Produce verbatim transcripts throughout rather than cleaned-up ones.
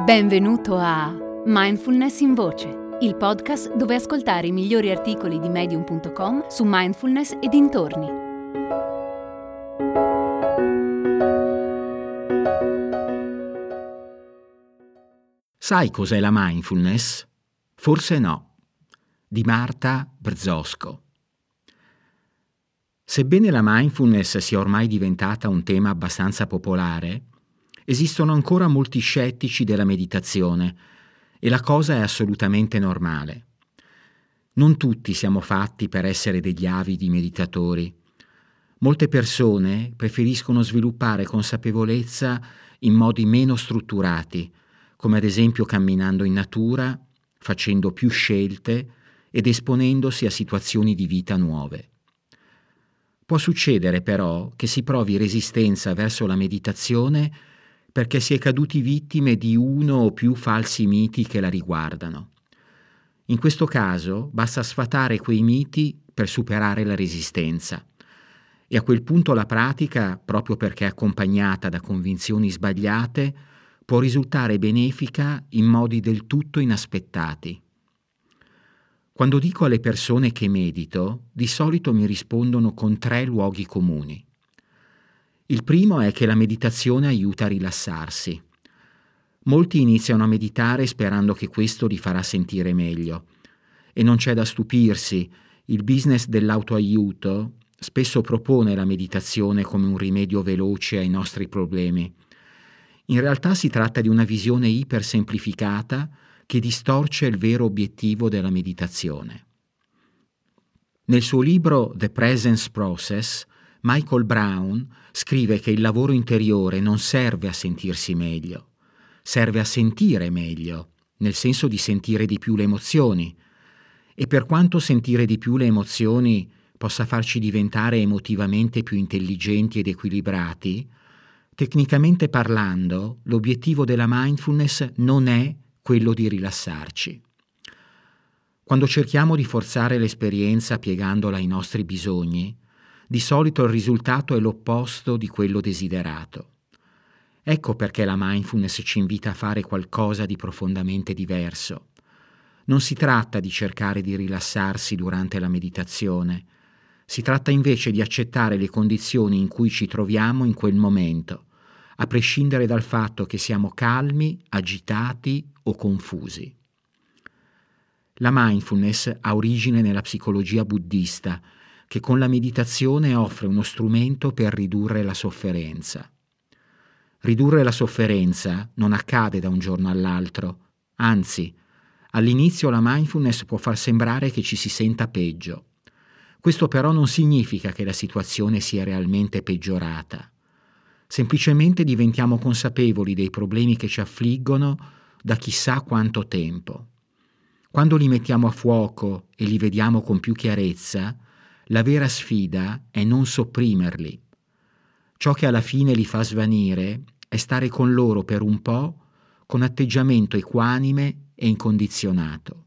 Benvenuto a Mindfulness in Voce, il podcast dove ascoltare i migliori articoli di medium punto com su mindfulness e dintorni. Sai cos'è la mindfulness? Forse no. Di Marta Brzosco. Sebbene la mindfulness sia ormai diventata un tema abbastanza popolare, esistono ancora molti scettici della meditazione e la cosa è assolutamente normale. Non tutti siamo fatti per essere degli avidi meditatori. Molte persone preferiscono sviluppare consapevolezza in modi meno strutturati, come ad esempio camminando in natura, facendo più scelte ed esponendosi a situazioni di vita nuove. Può succedere però che si provi resistenza verso la meditazione perché si è caduti vittime di uno o più falsi miti che la riguardano. In questo caso basta sfatare quei miti per superare la resistenza. E a quel punto la pratica, proprio perché accompagnata da convinzioni sbagliate, può risultare benefica in modi del tutto inaspettati. Quando dico alle persone che medito, di solito mi rispondono con tre luoghi comuni. Il primo è che la meditazione aiuta a rilassarsi. Molti iniziano a meditare sperando che questo li farà sentire meglio. E non c'è da stupirsi, il business dell'autoaiuto spesso propone la meditazione come un rimedio veloce ai nostri problemi. In realtà si tratta di una visione ipersemplificata che distorce il vero obiettivo della meditazione. Nel suo libro The Presence Process, Michael Brown scrive che il lavoro interiore non serve a sentirsi meglio, serve a sentire meglio, nel senso di sentire di più le emozioni. E per quanto sentire di più le emozioni possa farci diventare emotivamente più intelligenti ed equilibrati, tecnicamente parlando, l'obiettivo della mindfulness non è quello di rilassarci. Quando cerchiamo di forzare l'esperienza piegandola ai nostri bisogni, di solito il risultato è l'opposto di quello desiderato. Ecco perché la mindfulness ci invita a fare qualcosa di profondamente diverso. Non si tratta di cercare di rilassarsi durante la meditazione, si tratta invece di accettare le condizioni in cui ci troviamo in quel momento, a prescindere dal fatto che siamo calmi, agitati o confusi. La mindfulness ha origine nella psicologia buddista, che con la meditazione offre uno strumento per ridurre la sofferenza. Ridurre la sofferenza non accade da un giorno all'altro, anzi, all'inizio la mindfulness può far sembrare che ci si senta peggio. Questo però non significa che la situazione sia realmente peggiorata. Semplicemente diventiamo consapevoli dei problemi che ci affliggono da chissà quanto tempo. Quando li mettiamo a fuoco e li vediamo con più chiarezza, la vera sfida è non sopprimerli. Ciò che alla fine li fa svanire è stare con loro per un po' con atteggiamento equanime e incondizionato.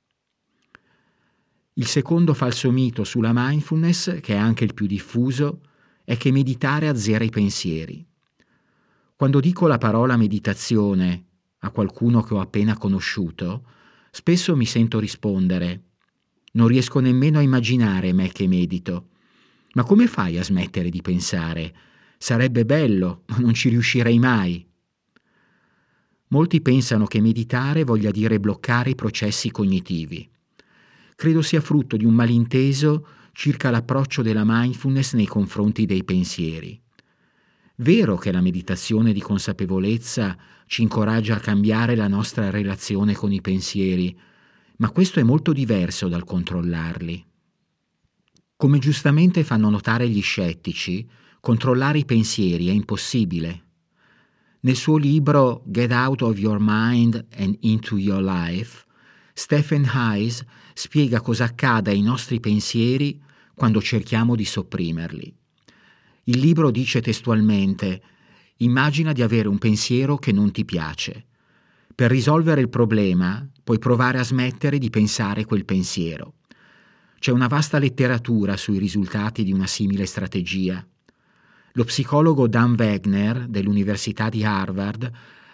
Il secondo falso mito sulla mindfulness, che è anche il più diffuso, è che meditare azzera i pensieri. Quando dico la parola meditazione a qualcuno che ho appena conosciuto, spesso mi sento rispondere: non riesco nemmeno a immaginare me che medito. Ma come fai a smettere di pensare? Sarebbe bello, ma non ci riuscirei mai. Molti pensano che meditare voglia dire bloccare i processi cognitivi. Credo sia frutto di un malinteso circa l'approccio della mindfulness nei confronti dei pensieri. Vero che la meditazione di consapevolezza ci incoraggia a cambiare la nostra relazione con i pensieri, ma questo è molto diverso dal controllarli. Come giustamente fanno notare gli scettici, controllare i pensieri è impossibile. Nel suo libro Get Out of Your Mind and Into Your Life, Stephen Hayes spiega cosa accada ai nostri pensieri quando cerchiamo di sopprimerli. Il libro dice testualmente: immagina di avere un pensiero che non ti piace. Per risolvere il problema puoi provare a smettere di pensare quel pensiero. C'è una vasta letteratura sui risultati di una simile strategia. Lo psicologo Dan Wegner dell'Università di Harvard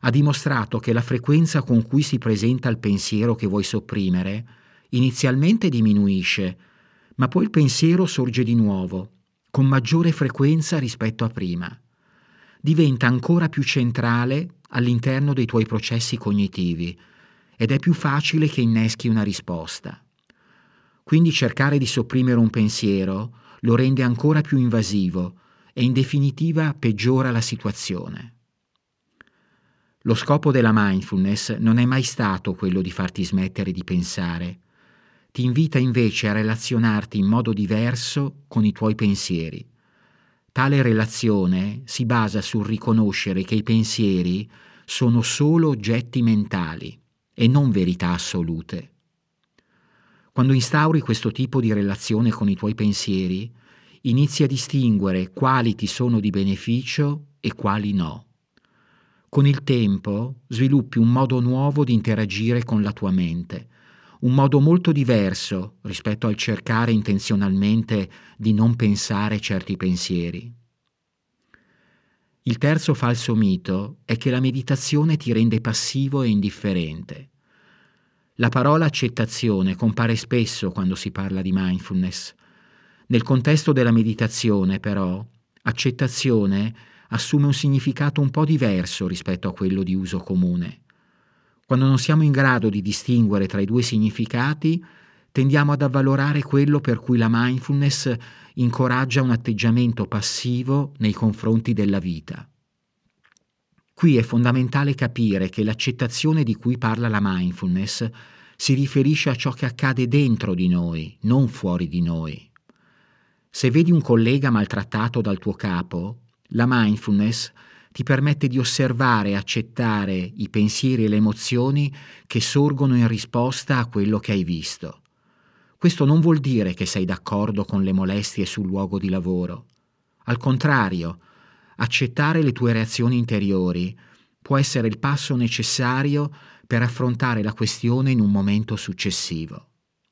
ha dimostrato che la frequenza con cui si presenta il pensiero che vuoi sopprimere inizialmente diminuisce, ma poi il pensiero sorge di nuovo, con maggiore frequenza rispetto a prima. Diventa ancora più centrale all'interno dei tuoi processi cognitivi ed è più facile che inneschi una risposta. Quindi cercare di sopprimere un pensiero lo rende ancora più invasivo e in definitiva peggiora la situazione. Lo scopo della mindfulness non è mai stato quello di farti smettere di pensare. Ti invita invece a relazionarti in modo diverso con i tuoi pensieri. Tale relazione si basa sul riconoscere che i pensieri sono solo oggetti mentali e non verità assolute. Quando instauri questo tipo di relazione con i tuoi pensieri, inizi a distinguere quali ti sono di beneficio e quali no. Con il tempo sviluppi un modo nuovo di interagire con la tua mente, un modo molto diverso rispetto al cercare intenzionalmente di non pensare certi pensieri. Il terzo falso mito è che la meditazione ti rende passivo e indifferente. La parola accettazione compare spesso quando si parla di mindfulness. Nel contesto della meditazione, però, accettazione assume un significato un po' diverso rispetto a quello di uso comune. Quando non siamo in grado di distinguere tra i due significati, tendiamo ad avvalorare quello per cui la mindfulness incoraggia un atteggiamento passivo nei confronti della vita. Qui è fondamentale capire che l'accettazione di cui parla la mindfulness si riferisce a ciò che accade dentro di noi, non fuori di noi. Se vedi un collega maltrattato dal tuo capo, la mindfulness ti permette di osservare e accettare i pensieri e le emozioni che sorgono in risposta a quello che hai visto. Questo non vuol dire che sei d'accordo con le molestie sul luogo di lavoro. Al contrario, accettare le tue reazioni interiori può essere il passo necessario per affrontare la questione in un momento successivo.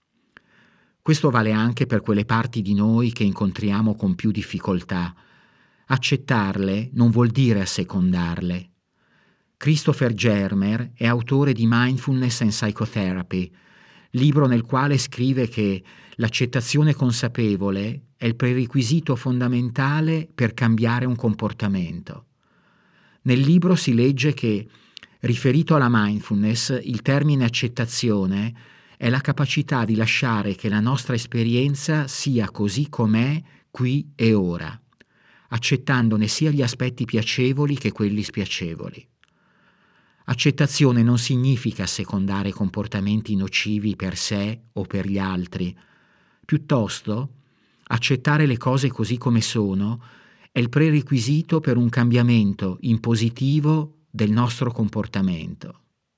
Questo vale anche per quelle parti di noi che incontriamo con più difficoltà. Accettarle non vuol dire assecondarle. Christopher Germer è autore di Mindfulness and Psychotherapy, libro nel quale scrive che l'accettazione consapevole è il prerequisito fondamentale per cambiare un comportamento. Nel libro si legge che, riferito alla mindfulness, il termine accettazione è la capacità di lasciare che la nostra esperienza sia così com'è qui e ora, accettandone sia gli aspetti piacevoli che quelli spiacevoli. Accettazione non significa assecondare comportamenti nocivi per sé o per gli altri. Piuttosto, accettare le cose così come sono è il prerequisito per un cambiamento in positivo del nostro comportamento.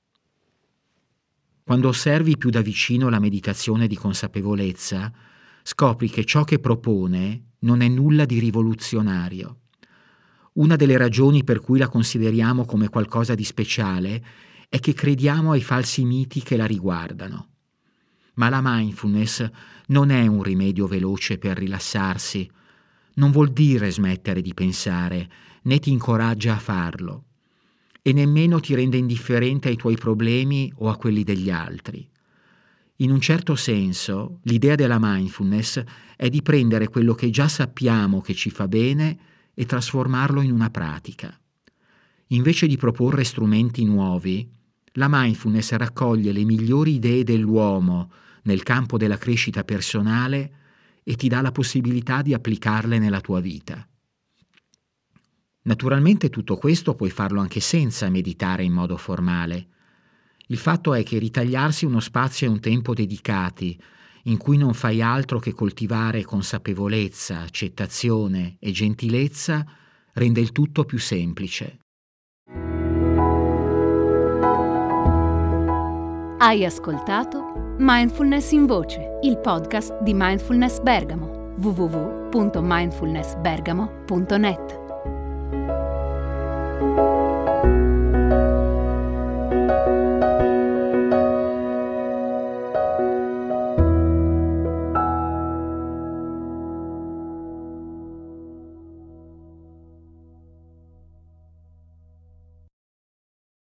Quando osservi più da vicino la meditazione di consapevolezza, scopri che ciò che propone non è nulla di rivoluzionario. Una delle ragioni per cui la consideriamo come qualcosa di speciale è che crediamo ai falsi miti che la riguardano. Ma la mindfulness non è un rimedio veloce per rilassarsi. Non vuol dire smettere di pensare, né ti incoraggia a farlo. E nemmeno ti rende indifferente ai tuoi problemi o a quelli degli altri. In un certo senso, l'idea della mindfulness è di prendere quello che già sappiamo che ci fa bene e trasformarlo in una pratica. Invece di proporre strumenti nuovi, la mindfulness raccoglie le migliori idee dell'uomo nel campo della crescita personale e ti dà la possibilità di applicarle nella tua vita. Naturalmente tutto questo puoi farlo anche senza meditare in modo formale. Il fatto è che ritagliarsi uno spazio e un tempo dedicati in cui non fai altro che coltivare consapevolezza, accettazione e gentilezza rende il tutto più semplice. Hai ascoltato Mindfulness in Voce, il podcast di Mindfulness Bergamo, w w w punto mindfulness bergamo punto net.